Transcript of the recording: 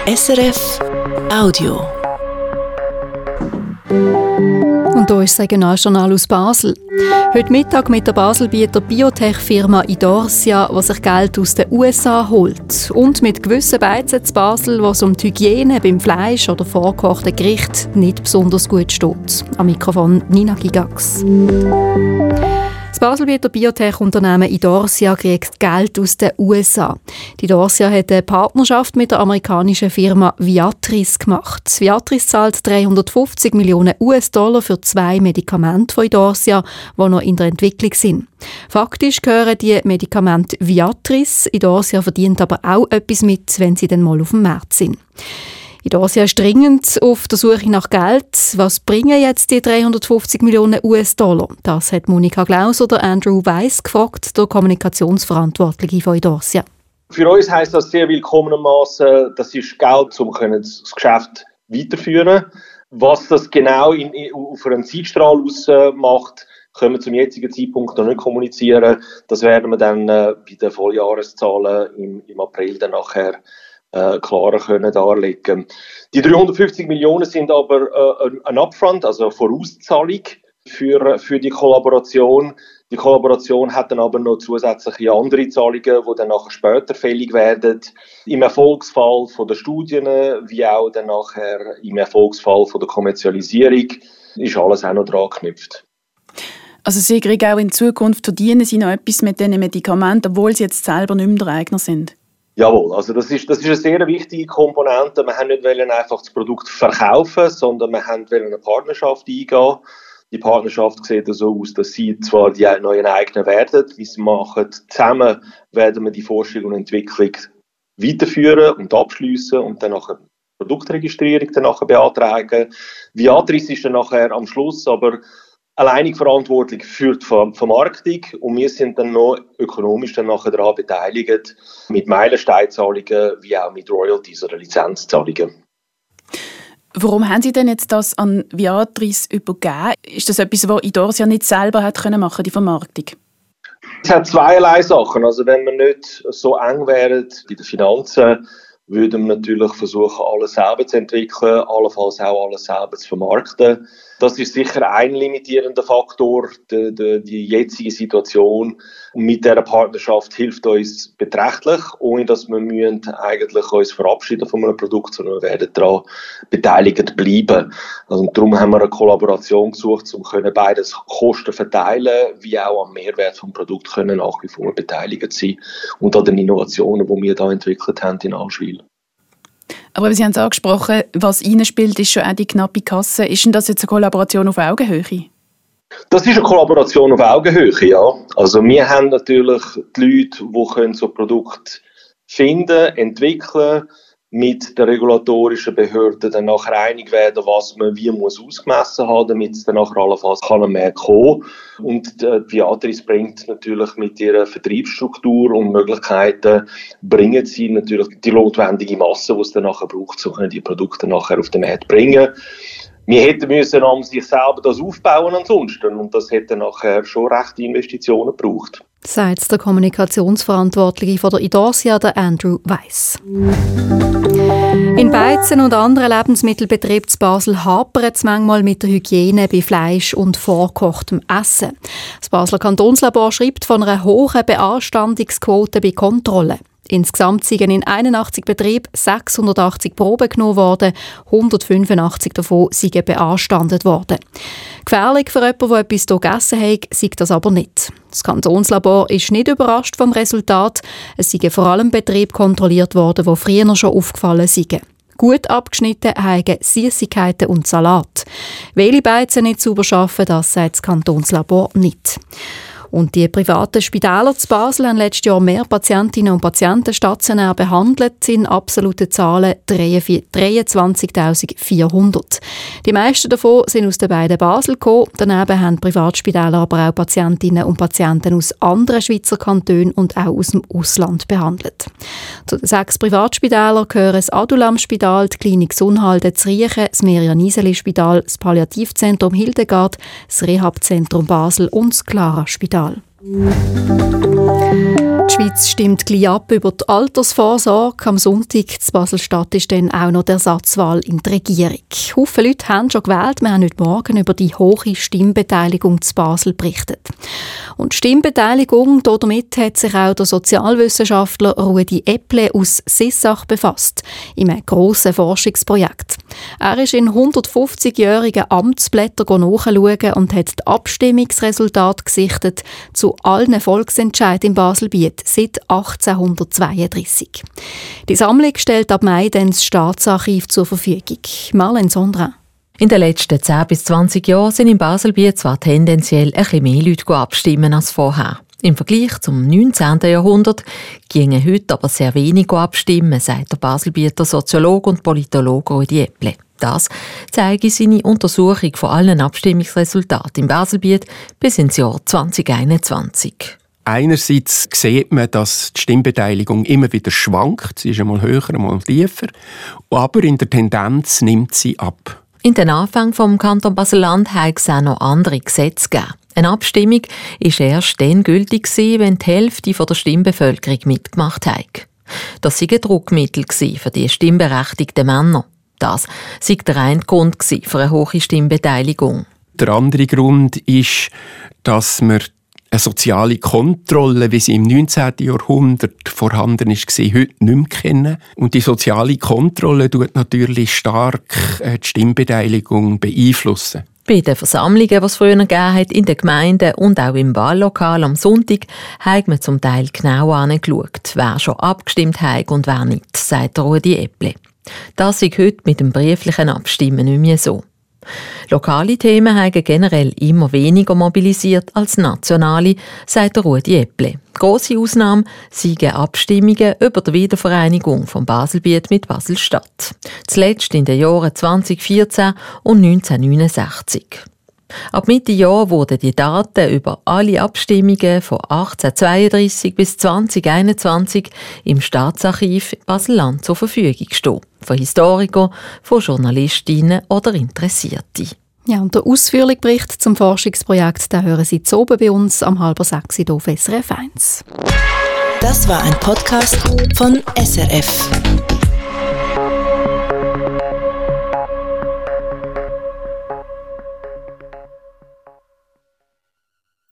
SRF Audio. Und hier ist das Regionaljournal aus Basel. Heute Mittag mit der Baselbieter Biotech-Firma Idorsia, die sich Geld aus den USA holt. Und mit gewissen Beizen zu Basel, wo es um die Hygiene beim Fleisch oder vorgekochten Gericht nicht besonders gut steht. Am Mikrofon Nina Gigax. Das Baselbieter Biotech-Unternehmen Idorsia kriegt Geld aus den USA. Die Idorsia hat eine Partnerschaft mit der amerikanischen Firma Viatris gemacht. Viatris zahlt 350 Millionen US-Dollar für 2 Medikamente von Idorsia, die noch in der Entwicklung sind. Faktisch gehören die Medikamente Viatris. Idorsia verdient aber auch etwas mit, wenn sie dann mal auf dem Markt sind. Idorsia ist dringend auf der Suche nach Geld. Was bringen jetzt die 350 Millionen US-Dollar? Das hat Monika Glaus oder Andrew Weiss gefragt, der Kommunikationsverantwortliche von Idorsia. Für uns heisst das sehr willkommenermaßen, das ist Geld, um das Geschäft weiterzuführen. Was das genau auf einen Zeitstrahl ausmacht, können wir zum jetzigen Zeitpunkt noch nicht kommunizieren. Das werden wir dann bei den Volljahreszahlen im April dann nachher klarer können darlegen. Die 350 Millionen sind aber ein Upfront, also Vorauszahlung für die Kollaboration. Die Kollaboration hat dann aber noch zusätzliche andere Zahlungen, die dann nachher später fällig werden. Im Erfolgsfall von der Studien, wie auch dann nachher im Erfolgsfall von der Kommerzialisierung, ist alles auch noch dran geknüpft. Also Sie kriegen auch in Zukunft verdienen Sie noch etwas mit diesen Medikamenten, obwohl Sie jetzt selber nicht mehr der Eigner sind? Jawohl, also das ist eine sehr wichtige Komponente. Wir haben nicht einfach das Produkt verkaufen, sondern wir haben eine Partnerschaft eingehen. Die Partnerschaft sieht so aus, dass sie zwar die neuen Eigner werden, wie sie machen. Zusammen werden wir die Forschung und Entwicklung weiterführen und abschliessen und dann nachher Produktregistrierung dann nachher beantragen. Viatris ist dann nachher am Schluss aber alleinig verantwortlich für die Vermarktung und wir sind dann noch ökonomisch dann nachher daran beteiligt, mit Meilensteinzahlungen wie auch mit Royalties oder Lizenzzahlungen. Warum haben Sie denn jetzt das an Viatris übergeben? Ist das etwas, was Idorsia nicht selber hat machen können, die Vermarktung? Es hat zweierlei Sachen. Also wenn wir nicht so eng wären bei den Finanzen, würden wir natürlich versuchen, alles selber zu entwickeln, allenfalls auch alles selber zu vermarkten. Das ist sicher ein limitierender Faktor. Die jetzige Situation mit dieser Partnerschaft hilft uns beträchtlich, ohne dass wir eigentlich uns verabschieden von einem Produkt, sondern wir werden daran beteiligt bleiben. Also darum haben wir eine Kollaboration gesucht, um beides Kosten verteilen, wie auch am Mehrwert des Produkts können nach wie vor beteiligt sein und an den Innovationen, die wir hier entwickelt haben in Allschwil. Aber Sie haben es angesprochen, was reinspielt, ist schon auch die knappe Kasse. Ist denn das jetzt eine Kollaboration auf Augenhöhe? Das ist eine Kollaboration auf Augenhöhe, ja. Also wir haben natürlich die Leute, die so Produkte finden, entwickeln, mit den regulatorischen Behörden dann nachher einig werden, was man wie muss ausgemessen haben, damit es dann nachher allenfalls kann mehr kommen. Und die Viatris bringt natürlich mit ihrer Vertriebsstruktur und Möglichkeiten, bringen sie natürlich die notwendige Masse, die es dann nachher braucht, so können die Produkte nachher auf den Markt bringen. Wir hätten müssen an sich selber das aufbauen ansonsten und das hätte nachher schon rechte Investitionen gebraucht. Sagt der Kommunikationsverantwortliche von der Idorsia, der Andrew Weiss. In Beizen und anderen Lebensmittelbetrieben zu Basel hapert es manchmal mit der Hygiene bei Fleisch und vorgekochtem Essen. Das Basler Kantonslabor schreibt von einer hohen Beanstandungsquote bei Kontrollen. Insgesamt sind in 81 Betrieben 680 Proben genommen worden, 185 davon sind beanstandet worden. Gefährlich für jemanden, der etwas gegessen hat, sei das aber nicht. Das Kantonslabor ist nicht überrascht vom Resultat. Es sind vor allem Betriebe kontrolliert worden, die früher schon aufgefallen sind. Gut abgeschnitten haben Süssigkeiten und Salat. Welche Beizen nicht sauber arbeiten, das sagt das Kantonslabor nicht. Und die privaten Spitäler zu Basel haben letztes Jahr mehr Patientinnen und Patienten stationär behandelt, in absoluten Zahlen 23.400. Die meisten davon sind aus den beiden Basel gekommen. Daneben haben Privatspitäler aber auch Patientinnen und Patienten aus anderen Schweizer Kantonen und auch aus dem Ausland behandelt. Zu den 6 Privatspitälern gehören das Adulam-Spital, die Klinik Sunhalde zu Riechen, das Merian-Iseli-Spital, das Palliativzentrum Hildegard, das Rehabzentrum Basel und das Clara-Spital. Die Schweiz stimmt gleich ab über die Altersvorsorge. Am Sonntag in Basel-Stadt ist dann auch noch die Ersatzwahl in der Regierung. Viele Leute haben schon gewählt. Wir haben heute Morgen über die hohe Stimmbeteiligung zu Basel berichtet. Und Stimmbeteiligung, damit hat sich auch der Sozialwissenschaftler Rudi Epple aus Sissach befasst, in einem grossen Forschungsprojekt. Er ist in 150-jährigen Amtsblättern nachschauen und hat die Abstimmungsresultate gesichtet zu allen Volksentscheiden im Baselbiet seit 1832. Die Sammlung stellt ab Mai dann das Staatsarchiv zur Verfügung. Marlene Sondra. In den letzten 10 bis 20 Jahren sind im Baselbiet zwar tendenziell ein bisschen mehr Leute abstimmen als vorher. Im Vergleich zum 19. Jahrhundert gingen heute aber sehr wenig abstimmen, sagt der Baselbieter Soziologe und Politologe Rudi Epple. Das zeige seine Untersuchung von allen Abstimmungsresultaten im Baselbiet bis ins Jahr 2021. Einerseits sieht man, dass die Stimmbeteiligung immer wieder schwankt. Sie ist einmal höher, einmal tiefer. Aber in der Tendenz nimmt sie ab. In den Anfang vom Kanton Basel-Land hat es auch noch andere Gesetze gegeben. Eine Abstimmung war erst dann gültig, wenn die Hälfte der Stimmbevölkerung mitgemacht hat. Das war ein Druckmittel für die stimmberechtigten Männer. Das war der eine Grund für eine hohe Stimmbeteiligung. Der andere Grund ist, dass wir eine soziale Kontrolle, wie sie im 19. Jahrhundert vorhanden ist, heute nicht mehr kennen. Und die soziale Kontrolle tut natürlich stark die Stimmbeteiligung beeinflussen. Bei den Versammlungen, die es früher gegeben hat, in den Gemeinden und auch im Wahllokal am Sonntag, hat man zum Teil genau angeschaut, wer schon abgestimmt hat und wer nicht, sagt Rudi Epple. Das ist heute mit dem brieflichen Abstimmen nicht mehr so. Lokale Themen haben generell immer weniger mobilisiert als nationale, sagt Rudi Epple. Grosse Ausnahme seien Abstimmungen über die Wiedervereinigung vom Baselbiet mit Basel-Stadt. Zuletzt in den Jahren 2014 und 1969. Ab Mitte Jahr wurden die Daten über alle Abstimmungen von 1832 bis 2021 im Staatsarchiv Basel-Land zur Verfügung stehen. Von Historikern, von Journalistinnen oder Interessierten. Ja, und der ausführliche Bericht zum Forschungsprojekt, den hören Sie zu oben bei uns am 5:30 hier auf SRF 1. Das war ein Podcast von SRF.